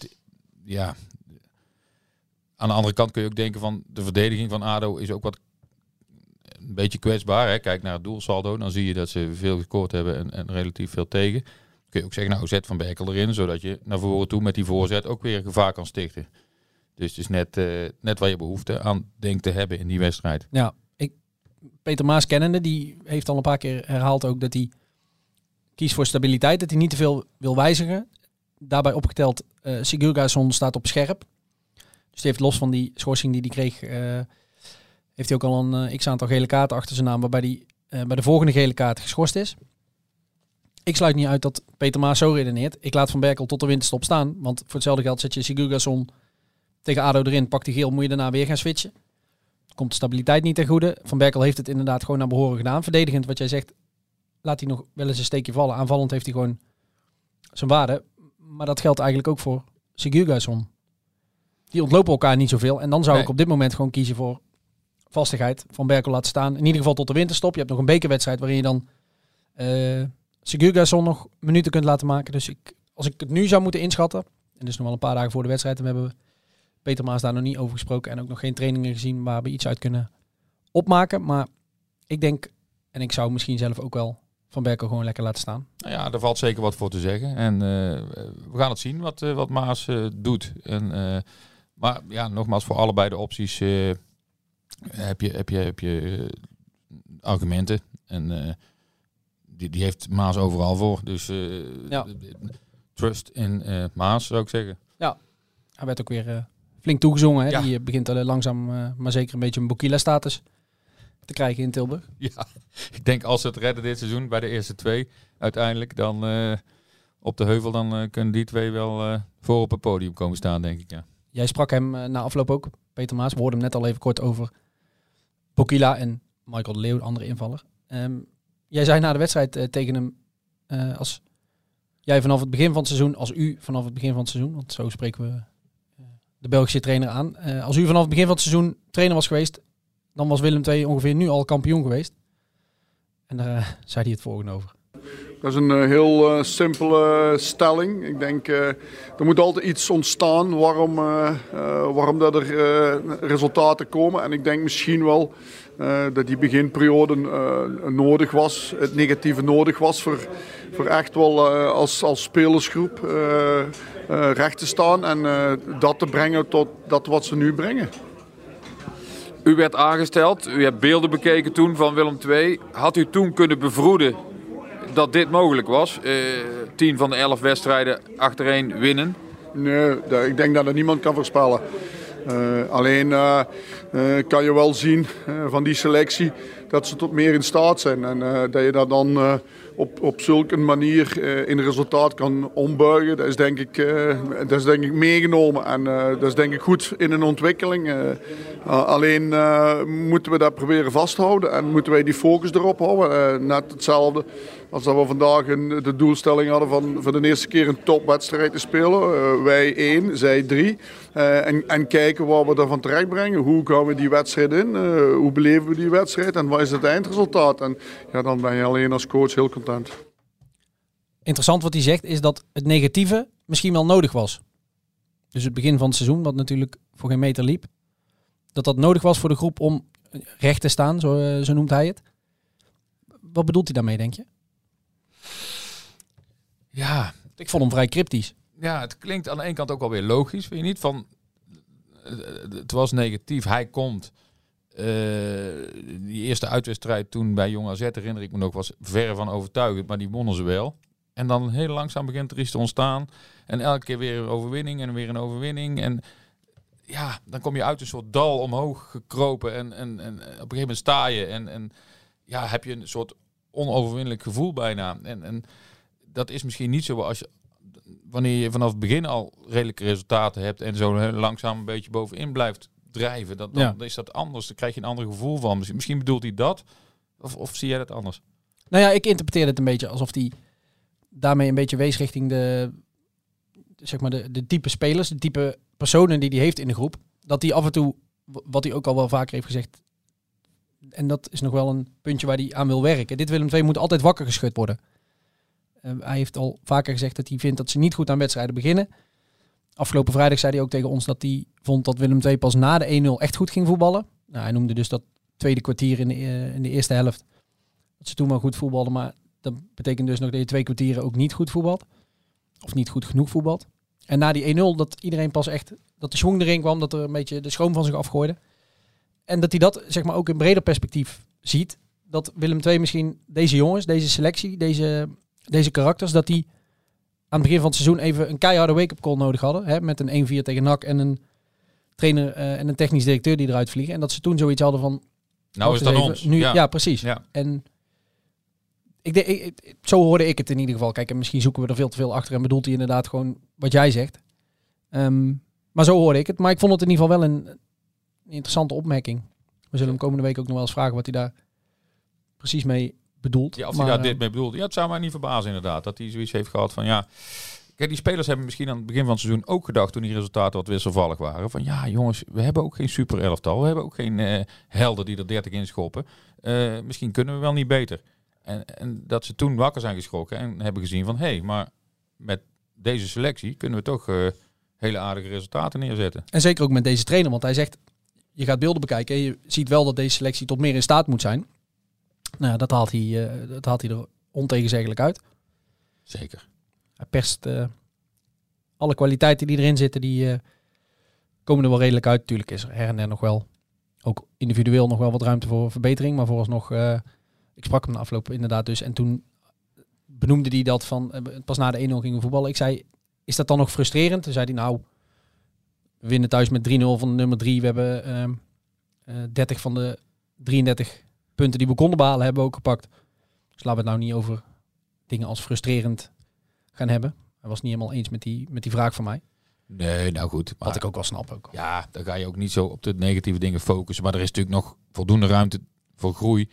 [SPEAKER 7] aan de andere kant kun je ook denken van de verdediging van ADO is ook een beetje kwetsbaar. Hè? Kijk naar het doelsaldo, dan zie je dat ze veel gescoord hebben en relatief veel tegen. Kun je ook zeggen, nou zet Van Berkel erin, zodat je naar voren toe met die voorzet ook weer gevaar kan stichten. Dus het is net waar je behoefte aan denkt te hebben in die wedstrijd.
[SPEAKER 6] Ja, Peter Maas kennende, die heeft al een paar keer herhaald ook dat hij kiest voor stabiliteit, dat hij niet te veel wil wijzigen. Daarbij opgeteld, Sigurgaarsson staat op scherp. Dus die heeft los van die schorsing die hij kreeg, heeft hij ook al een x-aantal gele kaarten achter zijn naam, waarbij hij bij de volgende gele kaart geschorst is. Ik sluit niet uit dat Peter Maas zo redeneert. Ik laat Van Berkel tot de winterstop staan, want voor hetzelfde geld zet je Sigurgaarsson tegen ADO erin, pakt die geel, moet je daarna weer gaan switchen. Komt de stabiliteit niet ten goede. Van Berkel heeft het inderdaad gewoon naar behoren gedaan. Verdedigend, wat jij zegt, laat hij nog wel eens een steekje vallen. Aanvallend heeft hij gewoon zijn waarde. Maar dat geldt eigenlijk ook voor Sigurgaarsson. Die ontlopen elkaar niet zoveel. En dan zou ik op dit moment gewoon kiezen voor vastigheid. Van Berkel laten staan. In ieder geval tot de winterstop. Je hebt nog een bekerwedstrijd waarin je dan Sigurgaarsson nog minuten kunt laten maken. Dus als ik het nu zou moeten inschatten, en dus nog wel een paar dagen voor de wedstrijd, en we hebben Peter Maas daar nog niet over gesproken en ook nog geen trainingen gezien waar we iets uit kunnen opmaken. Maar ik denk, en ik zou misschien zelf ook wel Van Berkel gewoon lekker laten staan. Nou
[SPEAKER 7] ja, daar valt zeker wat voor te zeggen. En we gaan het zien wat Maas doet. Maar ja, nogmaals, voor allebei de opties heb je argumenten. En die heeft Maas overal voor. Dus trust in Maas, zou ik zeggen. Ja,
[SPEAKER 6] hij werd ook weer flink toegezongen. Hè? Ja. Die begint langzaam, maar zeker een beetje een Bokila-status te krijgen in Tilburg.
[SPEAKER 7] Ja, ik denk als ze het redden dit seizoen bij de eerste 2 uiteindelijk, dan op de heuvel, dan kunnen die 2 wel voor op het podium komen staan, denk ik. Ja.
[SPEAKER 6] Jij sprak hem na afloop ook, Peter Maas. We hoorden hem net al even kort over Bokila en Michael de Leeuw, de andere invaller. Jij zei na de wedstrijd tegen hem, als jij vanaf het begin van het seizoen, als u vanaf het begin van het seizoen, want zo spreken we de Belgische trainer aan. Als u vanaf het begin van het seizoen trainer was geweest, dan was Willem II ongeveer nu al kampioen geweest. En daar zei hij het volgende over.
[SPEAKER 10] Dat is een heel simpele stelling. Ik denk, er moet altijd iets ontstaan waarom dat er resultaten komen. En ik denk misschien wel dat die beginperiode nodig was, het negatieve nodig was voor echt wel als spelersgroep recht te staan en dat te brengen tot dat wat ze nu brengen.
[SPEAKER 9] U werd aangesteld, u hebt beelden bekeken toen van Willem II. Had u toen kunnen bevroeden dat dit mogelijk was? 10 van de 11 wedstrijden achtereen winnen?
[SPEAKER 10] Nee, ik denk dat er niemand kan voorspellen. Alleen kan je wel zien van die selectie dat ze tot meer in staat zijn. En dat je dat dan op zulke manier in resultaat kan ombuigen, dat is denk ik meegenomen. En dat is denk ik goed in een ontwikkeling. Alleen moeten we dat proberen vasthouden en moeten wij die focus erop houden. Net hetzelfde als dat we vandaag de doelstelling hadden van voor de eerste keer een topwedstrijd te spelen. Wij 1, zij 3. En kijken waar we daarvan terecht brengen. Hoe gaan we die wedstrijd in? Hoe beleven we die wedstrijd? En wat is het eindresultaat? En ja, dan ben je alleen als coach heel content.
[SPEAKER 6] Interessant wat hij zegt is dat het negatieve misschien wel nodig was. Dus het begin van het seizoen, wat natuurlijk voor geen meter liep. Dat nodig was voor de groep om recht te staan, zo noemt hij het. Wat bedoelt hij daarmee, denk je?
[SPEAKER 7] Ja,
[SPEAKER 6] ik vond hem vrij cryptisch.
[SPEAKER 7] Ja, het klinkt aan de ene kant ook alweer logisch, vind je niet? Van, het was negatief, hij komt. Die eerste uitwedstrijd toen bij Jong AZ, herinner ik me nog, was verre van overtuigend, maar die wonnen ze wel. En dan heel langzaam begint er iets te ontstaan. En elke keer weer een overwinning en weer een overwinning. En ja, dan kom je uit een soort dal omhoog gekropen. En op een gegeven moment sta je. En ja, heb je een soort onoverwinnelijk gevoel bijna. En dat is misschien niet zo als wanneer je vanaf het begin al redelijke resultaten hebt en zo langzaam een beetje bovenin blijft drijven. Dan is dat anders. Dan krijg je een ander gevoel van. Misschien bedoelt hij dat. Of zie jij dat anders?
[SPEAKER 6] Nou ja, ik interpreteer het een beetje alsof hij daarmee een beetje wees richting de type spelers, de type personen die hij heeft in de groep. Dat hij af en toe, wat hij ook al wel vaker heeft gezegd, en dat is nog wel een puntje waar hij aan wil werken. Dit Willem II moet altijd wakker geschud worden. Hij heeft al vaker gezegd dat hij vindt dat ze niet goed aan wedstrijden beginnen. Afgelopen vrijdag zei hij ook tegen ons dat hij vond dat Willem II pas na de 1-0 echt goed ging voetballen. Nou, hij noemde dus dat tweede kwartier in de eerste helft. Dat ze toen wel goed voetbalden, maar dat betekent dus nog dat je 2 kwartieren ook niet goed voetbalt. Of niet goed genoeg voetbalt. En na die 1-0 dat iedereen pas echt, dat de schwung erin kwam, dat er een beetje de schroom van zich afgooide. En dat hij dat zeg maar ook in breder perspectief ziet. Dat Willem II misschien deze jongens, deze selectie, deze karakters, dat die aan het begin van het seizoen even een keiharde wake-up call nodig hadden. Hè, met een 1-4 tegen NAC en een trainer en een technisch directeur die eruit vliegen. En dat ze toen zoiets hadden van...
[SPEAKER 7] Nou is het aan ons.
[SPEAKER 6] Nu, ja, precies. Ja. En zo hoorde ik het in ieder geval. Kijk, en misschien zoeken we er veel te veel achter en bedoelt hij inderdaad gewoon wat jij zegt. Maar zo hoorde ik het. Maar ik vond het in ieder geval wel een interessante opmerking. We zullen hem komende week ook nog wel eens vragen wat hij daar precies mee bedoelt.
[SPEAKER 7] Ja, of hij daar dit mee bedoelt. Ja, het zou mij niet verbazen inderdaad. Dat hij zoiets heeft gehad van ja... Kijk, die spelers hebben misschien aan het begin van het seizoen ook gedacht toen die resultaten wat wisselvallig waren. Van ja jongens, we hebben ook geen super elftal. We hebben ook geen helden die er 30 in schoppen. Misschien kunnen we wel niet beter. En dat ze toen wakker zijn geschrokken en hebben gezien van hé, maar met deze selectie kunnen we toch hele aardige resultaten neerzetten. En
[SPEAKER 6] zeker ook met deze trainer, want hij zegt, je gaat beelden bekijken en je ziet wel dat deze selectie tot meer in staat moet zijn. Nou, dat haalt hij er ontegenzeggelijk uit.
[SPEAKER 7] Zeker.
[SPEAKER 6] Hij perst alle kwaliteiten die erin zitten, die komen er wel redelijk uit. Tuurlijk is er her en der nog wel, ook individueel nog wel wat ruimte voor verbetering. Maar vooralsnog, ik sprak hem de afloop inderdaad dus. En toen benoemde hij dat van, pas na de 1-0 gingen we voetballen. Ik zei, is dat dan nog frustrerend? Toen zei hij, nou, we winnen thuis met 3-0 van de nummer 3. We hebben 30 van de 33 punten die we konden behalen, hebben we ook gepakt. Dus laten we het nou niet over dingen als frustrerend gaan hebben. Hij was niet helemaal eens met die vraag van mij.
[SPEAKER 7] Nee, nou goed.
[SPEAKER 6] Maar wat ik ook wel snap. Ook.
[SPEAKER 7] Ja, dan ga je ook niet zo op de negatieve dingen focussen. Maar er is natuurlijk nog voldoende ruimte voor groei.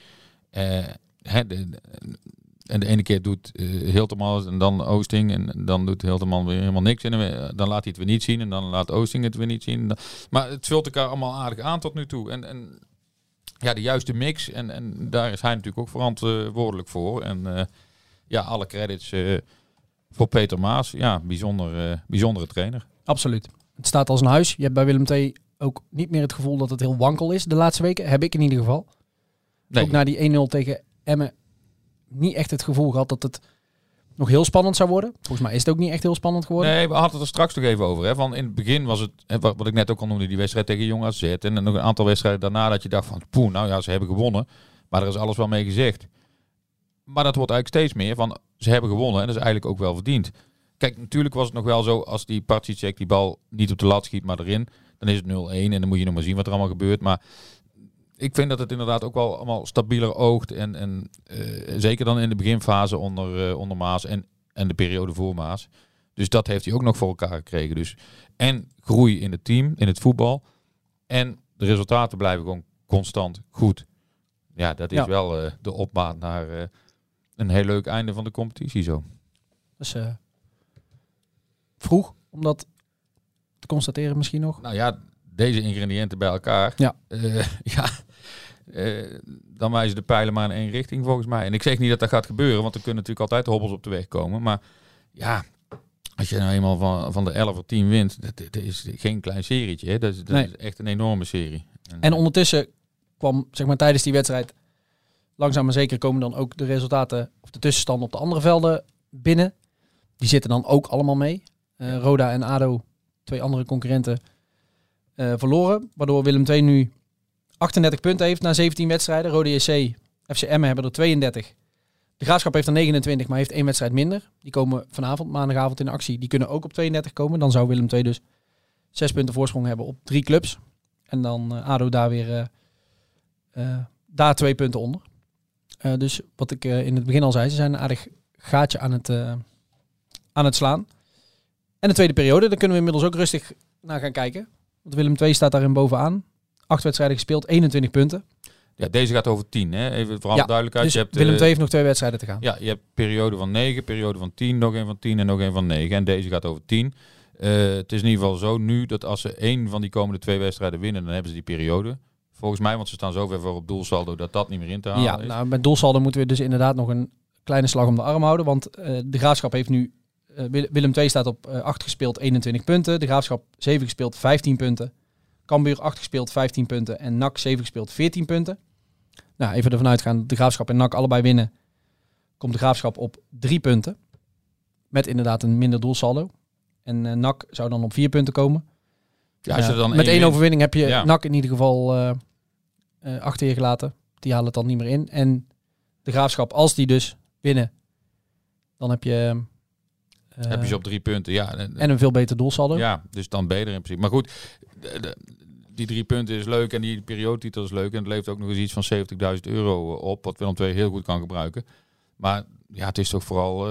[SPEAKER 7] En de ene keer doet Hilterman en dan Oosting. En dan doet Hilterman weer helemaal niks. En dan laat hij het weer niet zien. En dan laat Oosting het weer niet zien. Maar het vult elkaar allemaal aardig aan tot nu toe. En ja, de juiste mix. En daar is hij natuurlijk ook verantwoordelijk voor. En alle credits voor Peter Maas. Ja, bijzondere trainer.
[SPEAKER 6] Absoluut. Het staat als een huis. Je hebt bij Willem II ook niet meer het gevoel dat het heel wankel is de laatste weken. Heb ik in ieder geval. Nee. Ook na die 1-0 tegen Emmen niet echt het gevoel gehad dat het nog heel spannend zou worden. Volgens mij is het ook niet echt heel spannend geworden.
[SPEAKER 7] Nee, we hadden het er straks nog even over. Hè. Van in het begin was het, wat ik net ook al noemde, die wedstrijd tegen Jong AZ. En nog een aantal wedstrijden daarna dat je dacht van, poeh, nou ja, ze hebben gewonnen. Maar er is alles wel mee gezegd. Maar dat wordt eigenlijk steeds meer van, ze hebben gewonnen en dat is eigenlijk ook wel verdiend. Kijk, natuurlijk was het nog wel zo, als die Particek die bal niet op de lat schiet, maar erin, dan is het 0-1 en dan moet je nog maar zien wat er allemaal gebeurt. Maar ik vind dat het inderdaad ook wel allemaal stabieler oogt. En zeker dan in de beginfase onder Maas en de periode voor Maas. Dus dat heeft hij ook nog voor elkaar gekregen. Dus en groei in het team, in het voetbal. En de resultaten blijven gewoon constant goed. Ja, dat is wel de opmaat naar een heel leuk einde van de competitie zo.
[SPEAKER 6] Dus vroeg om dat te constateren misschien nog?
[SPEAKER 7] Nou ja, deze ingrediënten bij elkaar.
[SPEAKER 6] Ja.
[SPEAKER 7] Dan wijzen de pijlen maar in één richting volgens mij. En ik zeg niet dat dat gaat gebeuren, want er kunnen natuurlijk altijd hobbels op de weg komen. Maar ja, als je nou eenmaal van de 11 of 10 wint, dat is geen klein serietje. Hè? Dat is echt een enorme serie.
[SPEAKER 6] En ondertussen kwam, zeg maar, tijdens die wedstrijd langzaam maar zeker komen dan ook de resultaten of de tussenstanden op de andere velden binnen. Die zitten dan ook allemaal mee. Roda en ADO, 2 andere concurrenten, verloren. Waardoor Willem II nu 38 punten heeft na 17 wedstrijden. Rode JC, FC Emmen hebben er 32. De Graafschap heeft er 29, maar heeft 1 wedstrijd minder. Die komen vanavond, maandagavond in actie. Die kunnen ook op 32 komen. Dan zou Willem II dus 6 punten voorsprong hebben op 3 clubs. En dan ADO daar weer daar 2 punten onder. Dus wat ik in het begin al zei, ze zijn een aardig gaatje aan het slaan. En de tweede periode, daar kunnen we inmiddels ook rustig naar gaan kijken. Want Willem II staat daarin bovenaan. 8 wedstrijden gespeeld, 21 punten.
[SPEAKER 7] Ja, deze gaat over 10. Hè? Even voor alle duidelijkheid.
[SPEAKER 6] Dus
[SPEAKER 7] je hebt,
[SPEAKER 6] Willem II heeft nog 2 wedstrijden te gaan.
[SPEAKER 7] Ja, je hebt periode van 9, periode van 10, nog een van 10 en nog een van 9. En deze gaat over 10. Het is in ieder geval zo nu dat als ze 1 van die komende 2 wedstrijden winnen, dan hebben ze die periode. Volgens mij, want ze staan zo ver voor op doelsaldo dat niet meer in te halen is.
[SPEAKER 6] Nou, met doelsaldo moeten we dus inderdaad nog een kleine slag om de arm houden. Want de Graafschap heeft nu... Willem II staat op 8 gespeeld, 21 punten. De Graafschap 7 gespeeld, 15 punten. Cambuur 8 gespeeld, 15 punten. En NAC 7 gespeeld, 14 punten. Nou, even ervan uitgaan dat de Graafschap en NAC allebei winnen. Komt de Graafschap op 3 punten. Met inderdaad een minder doelsaldo. En NAC zou dan op 4 punten komen.
[SPEAKER 7] Ja, als je dan
[SPEAKER 6] met 1 overwinning heb je NAC in ieder geval achter je gelaten. Die halen het dan niet meer in. En de Graafschap, als die dus winnen, dan heb je...
[SPEAKER 7] heb je ze op 3 punten, ja.
[SPEAKER 6] En een veel beter doelsaldo.
[SPEAKER 7] Ja, dus dan ben je er in principe. Maar goed, die 3 punten is leuk en die periodetitel is leuk. En het levert ook nog eens iets van €70.000 op, wat Willem II heel goed kan gebruiken. Maar ja, het is toch vooral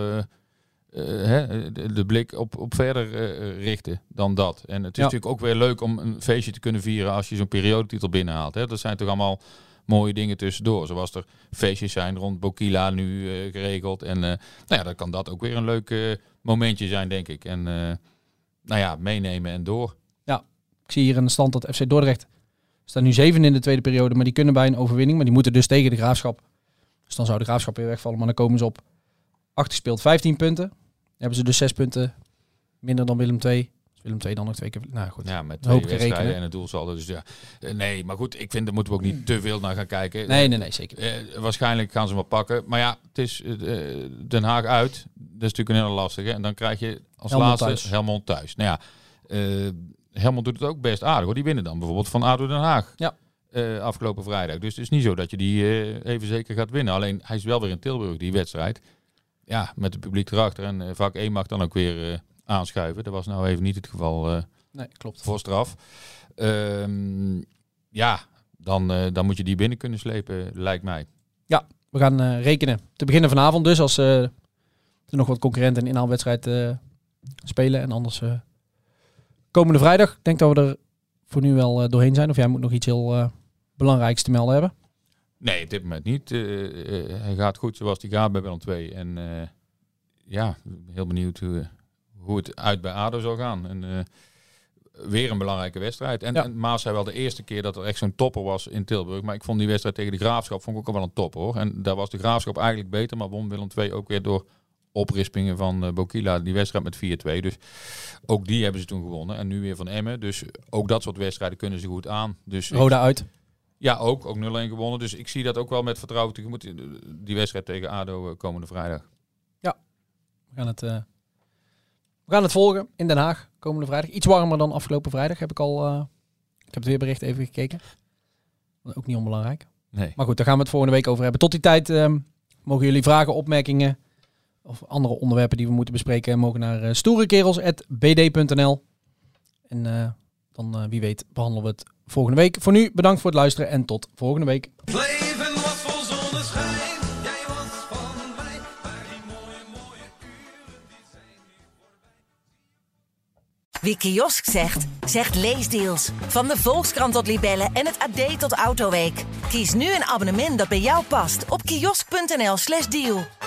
[SPEAKER 7] de blik op verder richten dan dat. En het is natuurlijk ook weer leuk om een feestje te kunnen vieren als je zo'n periodetitel binnenhaalt. Hè. Dat zijn toch allemaal mooie dingen tussendoor. Zoals er feestjes zijn rond Bokila nu geregeld. En nou ja, dan kan dat ook weer een leuk momentje zijn, denk ik. En nou ja, meenemen en door.
[SPEAKER 6] Ja, ik zie hier in de stand dat FC Dordrecht staat nu 7 in de tweede periode, maar die kunnen bij een overwinning. Maar die moeten dus tegen de Graafschap. Dus dan zou de Graafschap weer wegvallen. Maar dan komen ze op 8 gespeeld, 15 punten. Dan hebben ze dus 6 punten minder dan Willem II. Willem II dan nog 2 keer... Nou goed,
[SPEAKER 7] ja, met 2 wedstrijden en het doelsaldo. Dus ja, nee, maar goed, ik vind daar moeten we ook niet te veel naar gaan kijken.
[SPEAKER 6] Nee, zeker.
[SPEAKER 7] Waarschijnlijk gaan ze maar pakken. Maar ja, het is Den Haag uit. Dat is natuurlijk een hele lastige. En dan krijg je als
[SPEAKER 6] Helmond
[SPEAKER 7] laatste Helmond thuis. Nou ja, Helmond doet het ook best aardig, hoor. Die winnen dan bijvoorbeeld van ADO Den Haag.
[SPEAKER 6] Ja.
[SPEAKER 7] Afgelopen vrijdag. Dus het is niet zo dat je die even zeker gaat winnen. Alleen, hij is wel weer in Tilburg, die wedstrijd. Ja, met het publiek erachter. En vak 1 mag dan ook weer aanschuiven. Dat was nou even niet het geval
[SPEAKER 6] nee, klopt.
[SPEAKER 7] Voor straf. Ja, dan moet je die binnen kunnen slepen, lijkt mij.
[SPEAKER 6] Ja, we gaan rekenen. Te beginnen vanavond dus, als er nog wat concurrenten een inhaalwedstrijd spelen. En anders komende vrijdag. Ik denk dat we er voor nu wel doorheen zijn. Of jij moet nog iets heel belangrijks te melden hebben?
[SPEAKER 7] Nee, op dit moment niet. Hij gaat goed zoals hij gaat bij Willem II. En ja, heel benieuwd hoe het uit bij ADO zal gaan. En weer een belangrijke wedstrijd. En Maas zei wel de eerste keer dat er echt zo'n topper was in Tilburg. Maar ik vond die wedstrijd tegen de Graafschap vond ik ook al wel een topper, hoor. En daar was de Graafschap eigenlijk beter. Maar won Willem II ook weer door oprispingen van Bokila. Die wedstrijd met 4-2. Dus ook die hebben ze toen gewonnen. En nu weer van Emmen. Dus ook dat soort wedstrijden kunnen ze goed aan. Dus
[SPEAKER 6] Roda uit.
[SPEAKER 7] Ja, ook 0-1 gewonnen. Dus ik zie dat ook wel met vertrouwen tegemoet. Die wedstrijd tegen ADO komende vrijdag.
[SPEAKER 6] Ja, we gaan het volgen in Den Haag komende vrijdag. Iets warmer dan afgelopen vrijdag. Heb ik al. Ik heb het weerbericht even gekeken. Ook niet onbelangrijk.
[SPEAKER 7] Nee.
[SPEAKER 6] Maar goed, daar gaan we het volgende week over hebben. Tot die tijd mogen jullie vragen, opmerkingen of andere onderwerpen die we moeten bespreken. Mogen naar stoerekerels@bd.nl. En dan wie weet behandelen we het volgende week. Voor nu bedankt voor het luisteren en tot volgende week.
[SPEAKER 2] Leven was vol zonneschijn, jij was van mij, maar die mooie uren die zijn nu voorbij.
[SPEAKER 1] Wie kiosk zegt, zegt leesdeals. Van de Volkskrant tot Libellen en het AD tot Autoweek. Kies nu een abonnement dat bij jou past op kiosk.nl/deal.